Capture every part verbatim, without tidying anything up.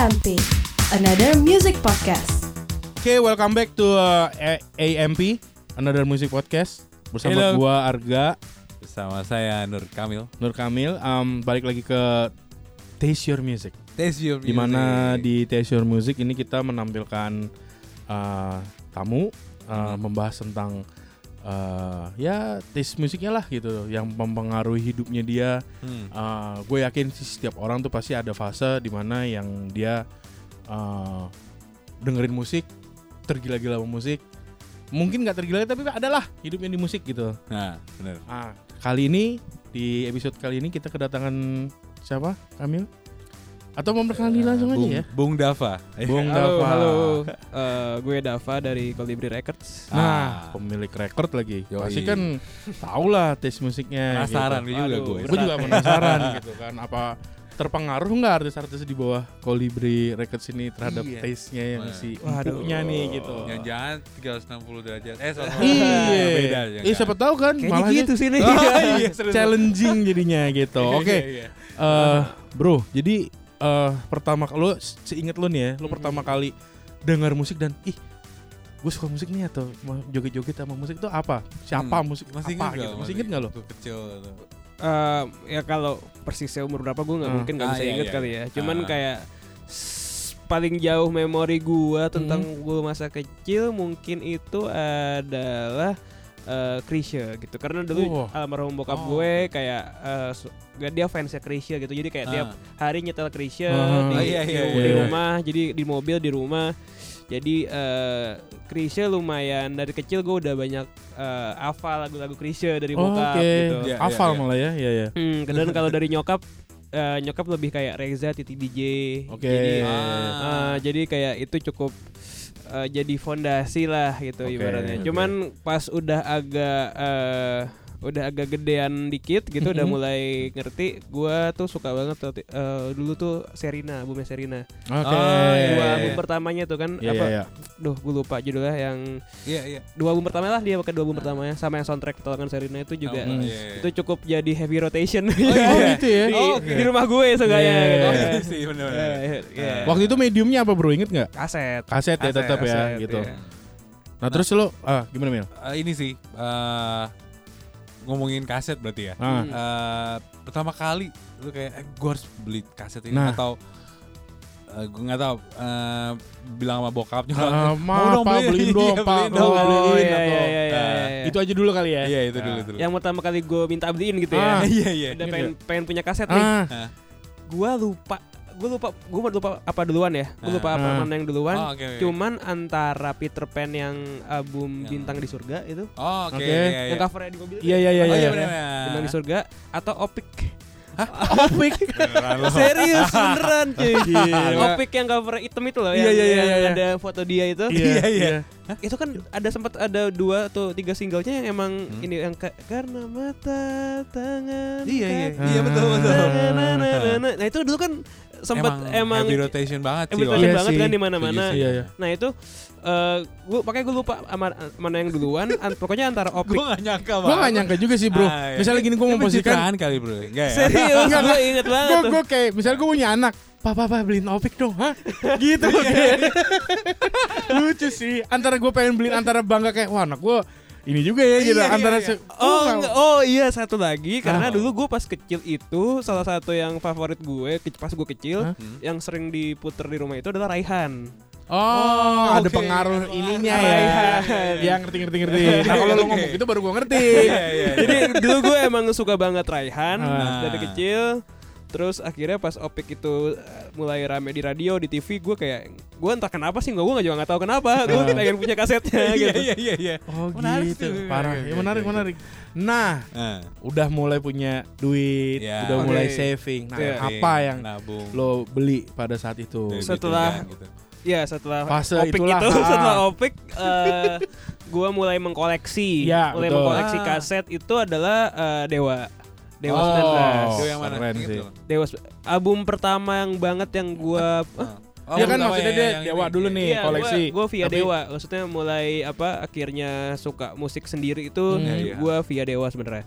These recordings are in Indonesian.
M P, Another Music Podcast. Oke, okay, welcome back to uh, A- AMP, Another Music Podcast. Bersama Hello. gua Arga, Bersama saya Nur Kamil. Nur Kamil. Um, balik lagi ke Taste Your Music. Taste Your Music. Dimana di Taste Your Music ini kita menampilkan uh, tamu uh, membahas tentang uh, ya taste musiknya lah gitu, yang mempengaruhi hidupnya dia. Hmm. Uh, gue yakin sih setiap orang tuh pasti ada fase dimana yang dia uh, dengerin musik, tergila-gila sama musik. Mungkin nggak tergila tapi adalah hidupnya di musik gitu. Nah, benar. Ah, kali ini di episode kali ini kita kedatangan siapa? Kamil? Atau memperkenalkan langsung Bung, aja ya? Bung Dava. Bung Halo, Dava. halo. Uh, gue Dava dari Colibri Records. Nah, Ah. pemilik record lagi. Yoi. Pasti kan tau lah taste musiknya. Penasaran gitu. juga Aduh, gue. Gue juga penasaran gitu kan. Apa terpengaruh nggak artis-artis di bawah Colibri Records ini terhadap Iya. taste-nya yang Wah. si Waduh. empuknya nih gitu. Jangan-jangan tiga ratus enam puluh derajat. Eh, soalnya Iya. beda. Iya, siapa tahu kan Kayaknya malah gitu sih nih. Oh, iya, serius. challenging jadinya gitu. Oke. Iya, iya. Eh, bro, jadi eh pertama lu seinget lu nih ya, lu pertama kali dengar musik dan ih, gue suka musik nih atau mau joget-joget sama musik itu apa? Siapa Hmm. musik Masih apa ingat gitu? nggak? Masih inget nggak lo? Waktu kecil. atau- Uh, ya kalau persisnya umur berapa gue nggak Ah. mungkin nggak Ah, bisa iya, inget iya. kali ya. Cuman Ah. kayak s- paling jauh memori gue tentang Hmm. gue masa kecil mungkin itu adalah uh, Chrisye gitu. Karena dulu Oh. almarhum bokap Oh, gue kayak uh, su- gak dia fansnya Chrisye gitu. Jadi kayak Ah. tiap hari nyetel Chrisye Ah. di, Oh, iya, iya, di iya. rumah, jadi di mobil di rumah. Jadi uh, Chrisye lumayan dari kecil gue udah banyak uh, hafal lagu-lagu Chrisye dari Oh, bokap Oke, gitu. Iya, hafal iya. malah ya, ya ya. Hmm, dan kalau dari nyokap uh, nyokap lebih kayak Reza, Titi D J. Oke. Jadi Ah. uh, jadi kayak itu cukup uh, jadi fondasi lah gitu Oke, ibaratnya. oke. Cuman pas udah agak uh, udah agak gedean dikit gitu udah Mhm. mulai ngerti, gua tuh suka banget tuh, uh, dulu tuh Sherina, albumnya Sherina. Oke. Oh, iya, Dua iya. album pertamanya tuh kan Iya, apa? iya, iya. Duh, gue lupa judulnya yang Iya, iya. dua album pertama lah, dia pakai dua album pertamanya sama yang soundtrack Pertolongan Sherina itu juga. Oh, Hmm. iya, iya. Itu cukup jadi heavy rotation. Oh iya. gitu ya. di, Oh, oke. di rumah gue sukanya Iya, gitu. Oh, iya. iya sih, benar-benar. Iya, iya, iya. Waktu itu mediumnya apa bro, inget nggak? Kaset. Kaset ya Kaset, tetap ya kaset, gitu. iya. Nah terus lo, ah gimana Mil? Eh, ini sih eh, ngomongin kaset berarti ya. Ah. Hmm. Eh, pertama kali lu kayak eh, gue harus beli kaset ini Nah. atau eh, gue nggak tahu eh, bilang sama bokap Ah, nyokap, ma, Pak, beliin dong, Iya, Pak, beliin Pak, dong. beliin. Oh iya atau- iya iya. Nah, iya. Itu aja dulu kali ya. Iya itu dulu Ah. dulu. Yang pertama kali gue minta beliin gitu Ah. ya. Iya iya. Udah Ingat pengen pengen punya kaset nih. Ah, Gue lupa gue lupa gue lupa apa duluan ya. Gue lupa apa Ah. mana yang duluan. Oh, oke, oke. Cuman antara Peter Pan yang album Yang- Bintang di Surga itu, Oh, oke. Oke. Iya, iya. yang covernya di mobil. Iya iya iya Oh iya. iya benar. Bintang di Surga atau Opik. Opik. Beneran lo. Serius beneran cuy. Gila. Opik yang cover hitam itu loh, Iya, yang, iya, iya, yang iya. ada foto dia itu. Iya iya. Itu kan ada sempat ada dua atau tiga singlenya yang emang Hmm. ini yang ka- karena mata tangan. Iya iya. kaki, Iya betul betul. Ah. na- na- na- na- na. Nah itu dulu kan sempat emang, heavy rotation banget sih. heavy waktu rotation Iya banget sih. kan di mana-mana. Setuju Iya iya. Nah itu eh gua pakai gue lupa ama- mana yang duluan. an- pokoknya antara Opik. Gue gak nyangka Gue gak nyangka juga sih bro. Ah, iya. Misalnya gini gue mau Ini posisikan, pencitraan kali bro. Enggak ya? Serius Enggak, gue inget banget. gue tuh. gue kayak misalnya gue punya anak, papa papa beliin Opik dong, hah? Gitu. Lucu sih. Antara gue pengen beliin antara bangga kayak wah anak gue ini juga ya gitu. Iya, iya, Antara iya. se- Oh, nggak- enggak. Oh iya satu lagi karena Ah. dulu gue pas kecil itu salah satu yang favorit gue ke- pas gue kecil Hah? Hmm. yang sering diputer di rumah itu adalah Raihan. Oh, ada oke. pengaruh ininya ya. Raihan. Ya ngerti ngerti ngerti. Nah kalau lo ngomong itu baru gue ngerti. Iya iya. Jadi dulu gue emang suka banget Raihan Ah. dari kecil. Terus akhirnya pas Opik itu uh, mulai rame di radio, di T V, gue kayak gue entah kenapa sih, gue gue juga nggak tahu kenapa, gue Ah. pengen punya kasetnya Iya gitu. iya iya iya. Oh Menarik gitu. tuh. Parah. Oke, Ya oke, menarik oke. menarik. Nah, Nah, udah mulai punya duit, Ya. udah Oke. mulai saving. Nah, Iya. apa yang nabung lo beli pada saat itu? Duit Setelah- juga, gitu. Ya setelah Fase Opik itulah. itu, Ah. setelah Opik, uh, gue mulai mengkoleksi, Ya, mulai betul. mengkoleksi Ah. kaset itu adalah uh, Dewa. Dewa Oh. sembilan belas. Itu yang mana? keren Ingat sih. nggak? Dewa se- album pertama yang banget yang gua Oh, Dia kan pertama maksudnya yang- dia yang Dewa ini. dulu nih Iya, koleksi. Gue via Tapi- Dewa, maksudnya mulai apa akhirnya suka musik sendiri itu Hmm. Iya, iya. gue via Dewa sebenarnya.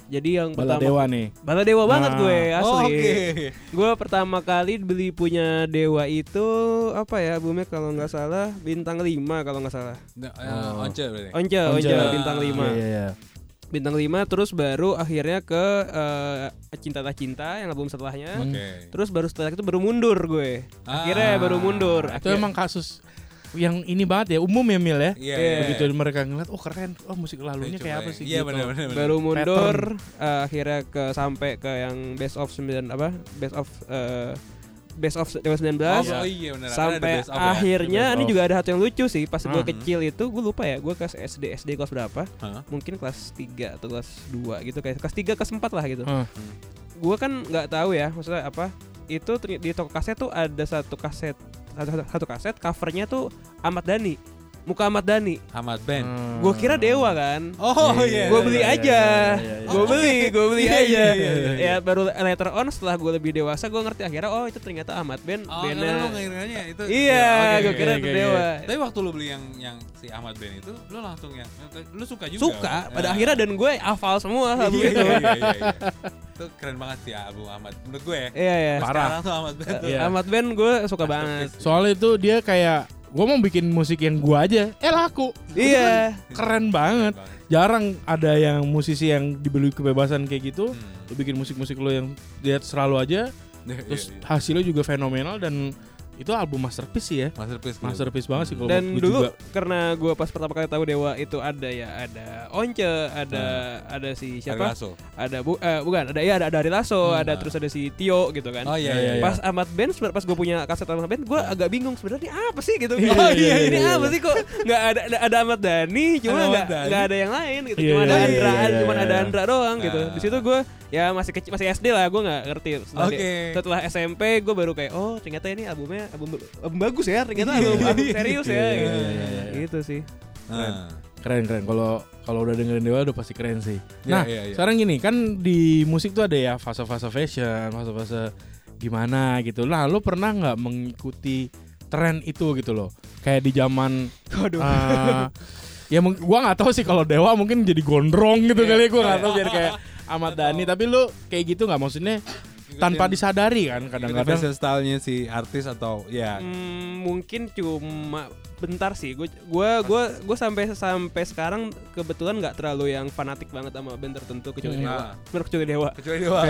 Jadi yang Bala pertama Dewa nih. Bala Dewa banget Nah. gue Oh, asli. Oke. Gue pertama kali beli punya Dewa itu apa ya albumnya kalau nggak salah Bintang lima kalau nggak salah. Nah, Oh. uh, Once berarti. Once, Once. Once Bintang lima. Iya, iya, iya. Bintang lima terus baru akhirnya ke eh, Cinta Tak Cinta yang album setelahnya. Oke. Terus baru setelah itu baru mundur gue. Ah. Akhirnya baru mundur. Itu Akhir- emang kasus yang ini banget ya, umum ya Mil ya. Iya. Iya. Begitu mereka ngeliat, oh keren, oh musik lalunya Coba kayak apa ya. sih Iya gitu. benar-benar. baru mundur eh, akhirnya ke sampai ke yang best of sembilan apa? Best of eh, Best of Dewa sembilan belas. Oh, oh iya benar. Sampai Ada best of ya. akhirnya Best ini of. juga ada satu yang lucu sih pas gue Hmm. kecil itu gue lupa ya gue kelas S D S D kelas berapa Hah? mungkin kelas tiga atau kelas dua gitu kayak kelas tiga kelas empat lah gitu Hah. gue kan nggak tahu ya maksudnya apa itu terny- di toko kaset tuh ada satu kaset satu, satu, satu kaset covernya tuh Ahmad Dhani muka Ahmad Dhani Ahmad Ben. Hmm. gue kira Dewa kan Oh iya. gue beli iya, aja, iya, iya, iya. gue beli, gue beli Iya, aja. iya, iya, iya. Ya baru later on setelah gue lebih dewasa gue ngerti akhirnya oh itu ternyata Ahmad Ben, Oh, bandnya. karena lu ngiranya itu. Iya, Oke, gue oke, kira oke, itu oke. Dewa. Tapi waktu lu beli yang yang si Ahmad Ben itu, lu langsung yang lu suka juga. Suka kan? pada Ya. akhirnya dan gue hafal semua Iya, album iya, itu. iya, iya, iya. Itu keren banget sih album Ahmad. Menurut gue ya. Iya ya. Parah. Sekarang tuh Ahmad Ben tuh. Iya. Ahmad Ben gue suka banget. Soalnya itu dia kayak gue mau bikin musik yang gue aja, eh laku. Iya. Keren banget. Keren banget. Jarang ada yang musisi yang diberi kebebasan kayak gitu. Hmm. Lu bikin musik-musik lo yang lihat selalu aja, Iya, terus iya, iya. hasilnya juga fenomenal dan itu album masterpiece sih ya. Masterpiece. Masterpiece banget sih kalau Dan menurut dulu gua juga. karena gue pas pertama kali tahu Dewa itu ada ya ada Once, ada ada si siapa? Lasso. Ada bu, eh, bukan ada ya ada ada Ari Lasso, Hmm. ada terus ada si Tio gitu kan. Oh iya Iya, iya. iya. Pas Ahmad Ben sebenarnya pas gue punya kaset Ahmad Ben gue agak bingung sebenarnya ini apa sih gitu. Iya, Oh iya, ini iya, apa iya. sih kok nggak ada ada, ada Ahmad Dhani cuma Ada nggak Ahmad Dhani. nggak ada yang lain gitu. Iya, Cuma iya, ada iya, Andra, iya, cuma iya. ada Andra doang gitu. Ah. Di situ gue ya masih kecil masih S D lah gue nggak ngerti. Setelah, Oke. di- setelah S M P gue baru kayak oh ternyata ini albumnya album, album bagus ya ternyata album, album serius ya. Iya, gitu. iya, iya, iya. Gitu sih. Nah. Keren keren. Kalau kalau udah dengerin Dewa udah pasti keren sih. Iya, Nah, iya, iya. sekarang gini kan di musik tuh ada ya fase-fase fashion, fase-fase gimana gitu. Nah, lu pernah nggak mengikuti tren itu gitu loh? Kayak di zaman Waduh. eh, ya mung- gua nggak tahu sih kalau Dewa mungkin jadi gondrong gitu kali ya, gua nggak tahu jadi kayak Ahmad Dhani, tapi lu kayak gitu nggak maksudnya tanpa disadari kan kadang-kadang. fashion style-nya si artis atau ya. Hmm, mungkin cuma bentar sih. Gue gua gua gua sampai sampai sekarang kebetulan nggak terlalu yang fanatik banget sama band tertentu kecuali Hmm. Dewa. Ah. Bener, kecuali Dewa. Kecuali Dewa.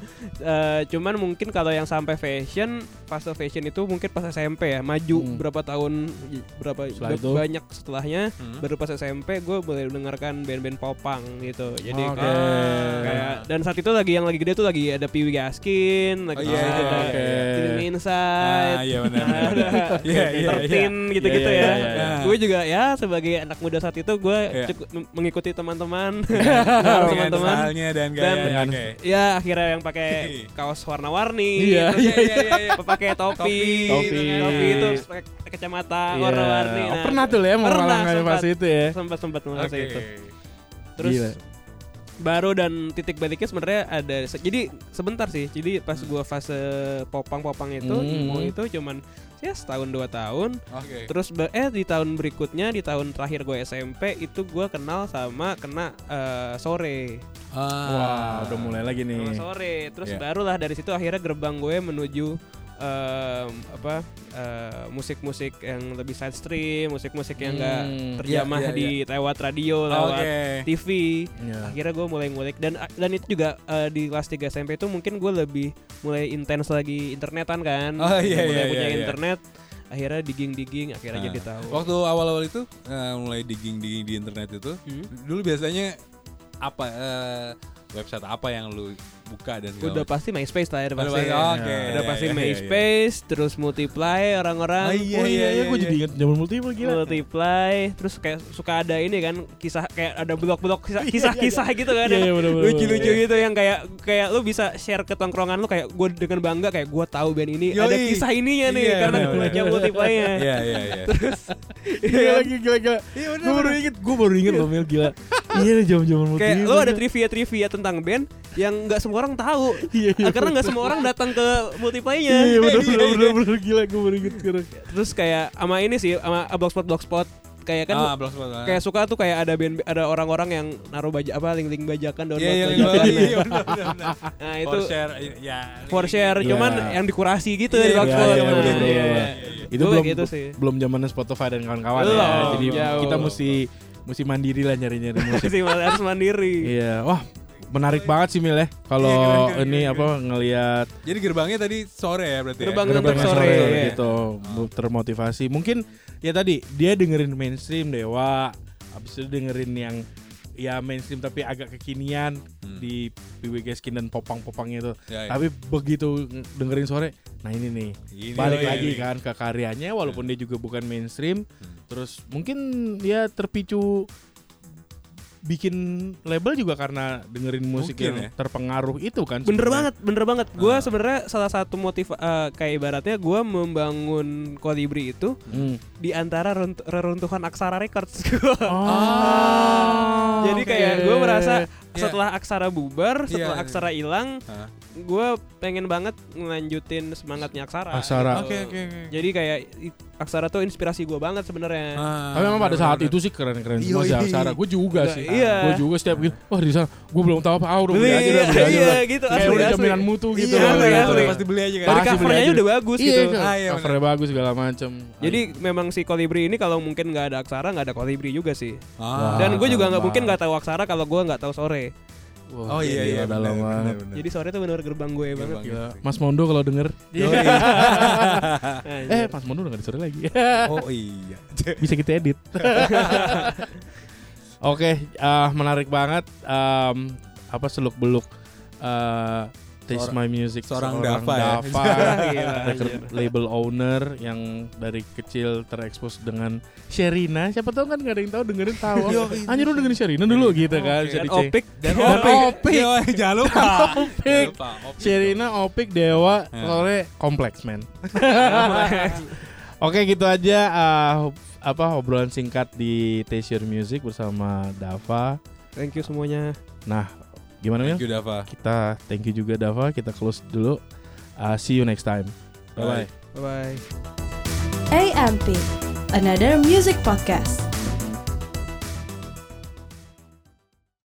Eh, cuman mungkin kalau yang sampai fashion, fase fashion itu mungkin pas S M P ya, maju Hmm. berapa tahun berapa Setelah ber- itu? banyak setelahnya Hmm. baru pas S M P gue mulai mendengarkan band-band popang gitu. Jadi Oke. kayak, kayak dan saat itu lagi yang lagi gede tuh lagi ada Piwi Gaskin, lagi Oh, iya, ada iya, oke. Living Inside, Ah, iya benar. ada Iya, iya, Tertin gitu-gitu Iya, ya. iya, iya, iya. Gue juga ya sebagai anak muda saat itu gue Iya. cukup mem- mengikuti teman-teman, Dengan teman-teman. style-nya dan Dan- gaya. Oke. Ya akhirnya yang pakai kaos warna-warni, Iya, terus iya, iya, iya, iya. pakai topi, Topi. topi itu terus pakai kacamata Iya. warna-warni. Oh, pernah tuh ya mau pernah, malah sempat. fase itu ya. sempat sempat Oke. masa itu. Terus Gila. baru dan titik baliknya sebenarnya ada se- jadi sebentar sih. Jadi pas gua fase popang-popang itu, Hmm. emo itu cuman ya setahun dua tahun. Oke. Terus ba- eh di tahun berikutnya di tahun terakhir gue S M P itu gue kenal sama kena eh, sore. Wah, udah mulai lagi nih. Sama sore. Terus Iya. barulah dari situ akhirnya gerbang gue menuju em, apa eh, musik-musik yang lebih side stream, musik-musik yang enggak Hmm. terjamah Iya, iya, di lewat radio, lewat Oke. T V. Iya. Akhirnya gue mulai ngulik dan dan itu juga eh, di kelas tiga S M P itu mungkin gue lebih mulai intens lagi internetan kan. Oh, iya, mulai iya, punya iya, iya. internet. Akhirnya digging-digging akhirnya Nah, jadi tahu. Waktu awal-awal itu eh, mulai digging-digging di internet itu, Hmm? dulu biasanya apa eh, website apa yang lu buka dan segala Udah macam? pasti MySpace lah ya Udah pasti. pasti, oke. Udah pasti Iya, iya, iya. MySpace, terus Multiply orang-orang. Oh, iya, Oh iya, iya, gue iya. jadi inget zaman multiple gila. Multiply, terus kayak suka ada ini kan kisah kayak ada blog-blog kisah- kisah-kisah gitu kan. Iya, iya, bener, bener, Lucu-lucu bener. gitu yang kayak kayak lu bisa share ke tongkrongan lu kayak gue dengan bangga kayak gue tahu band ini Yoi. ada kisah ininya nih Iya, karena bener, gue baca bener. Multiply-nya. Iya, iya, iya. Gila lagi, gila gila. Iya, bener, Gue baru bener. inget, gue baru inget loh Mil, gila. Iya nih zaman-zaman multiple. Kayak lu ada trivia-trivia tentang band yang nggak semua orang tahu. Iya, iya. Karena nggak semua orang datang ke Multiply-nya. Iya, bener Iya, bener iya. bener bener gila, gue baru inget sekarang. Terus kayak sama ini sih sama blogspot blogspot kayak kan Ah, blogspot. ah. kayak suka tuh kayak ada band ada orang-orang yang naruh baja apa link-link bajakan download Iya, iya, bajakan. iya, iya, benar, benar, benar. Nah, For itu share, ya. for share Iya. cuman yang dikurasi gitu Iya, di iya, blogspot. iya, iya, Nah, bener, bener, iya. bener. Itu Gua belum gitu sih. belum zamannya Spotify dan kawan-kawan ya. Belum, Jadi jauh. kita mesti mesti mandiri lah nyari-nyari musik. Sih harus mandiri. Iya, wah menarik banget sih Mil ya. Kalau Iya, keren, keren, ini keren, apa ngelihat Jadi gerbangnya tadi sore ya berarti. Gerbang ya? untuk gerbang sore, sore iya. gitu, bu- termotivasi. Mungkin ya tadi dia dengerin mainstream Dewa, habis itu dengerin yang ya mainstream tapi agak kekinian Hmm. di P W G Skin dan popang-popangnya itu. Ya, ya. Tapi begitu dengerin sore, nah ini nih Ini balik loh, lagi ini. kan ke karyanya walaupun dia juga bukan mainstream. Hmm. Terus mungkin dia terpicu bikin label juga karena dengerin musik Mungkin yang ya. terpengaruh itu kan. Bener sebenarnya. banget, bener banget. Gue Ah. sebenarnya salah satu motif eh, kayak ibaratnya gue membangun Kolibri itu Hmm. di antara runt- reruntuhan Aksara Records. Oh, Jadi oke. kayak gue merasa Iya. setelah Aksara bubar, setelah Iya. Aksara hilang, Hah? gue pengen banget ngelanjutin semangatnya Aksara. Aksara. gitu. Oke oke oke. Jadi kayak i- Aksara tuh inspirasi gue banget sebenarnya. Ah, Tapi memang pada saat benar-benar. itu sih keren-keren semua Yoi. sih Aksara. Gue juga Nah, sih. iya. Gue juga setiap gitu. Wah di sana gue belum tahu apa. Ah udah beli Iya, aja udah beli aja. iya, udah. gitu, Kayak asli, udah asli. jaminan mutu gitu. Iya, loh, asli, gitu. asli. pasti beli aja kan. Dari Pasti beli covernya aja. udah bagus Iya, gitu. kan. Ah, iya, Covernya bagus segala macam. Jadi memang si Kolibri ini kalau mungkin nggak ada Aksara nggak ada Kolibri juga sih. Ah. Dan gue juga nggak Bang. mungkin nggak tahu Aksara kalau gue nggak tahu Sore. Wah, Oh iya iya gila, dalam benar, banget. benar, benar. Jadi Sore tuh benar gerbang gue Gerbang banget. gitu. Gila. Mas Mondo kalau denger. Yoi. Anjir. Eh Mas Mondo udah gak di sore lagi. Oh iya. Bisa kita edit. Oke, ah, menarik banget. Em, apa seluk beluk Taste Seorang- My Music seorang Dava ya. Dava, Gila, record anjir. label owner yang dari kecil terekspos dengan Sherina. Siapa tahu kan nggak ada yang tahu dengerin tahu. Yoi. Anjir lu dengerin Sherina dulu gitu kan. Bisa Dan dicek. Opik Dan Dan Opik. Opik. Yo, jangan lupa. Opik. Jangan lupa, Opik. Sherina, Opik, Dewa, Ya. sore kompleks men. Oke gitu aja ah, apa obrolan singkat di Taste Your Music bersama Dava. Thank you semuanya. Nah, gimana Mil? Thank you Dava. Kita thank you juga Dava. Kita close dulu. Uh, see you next time. Bye bye. Bye. Bye bye. A M P, another music podcast.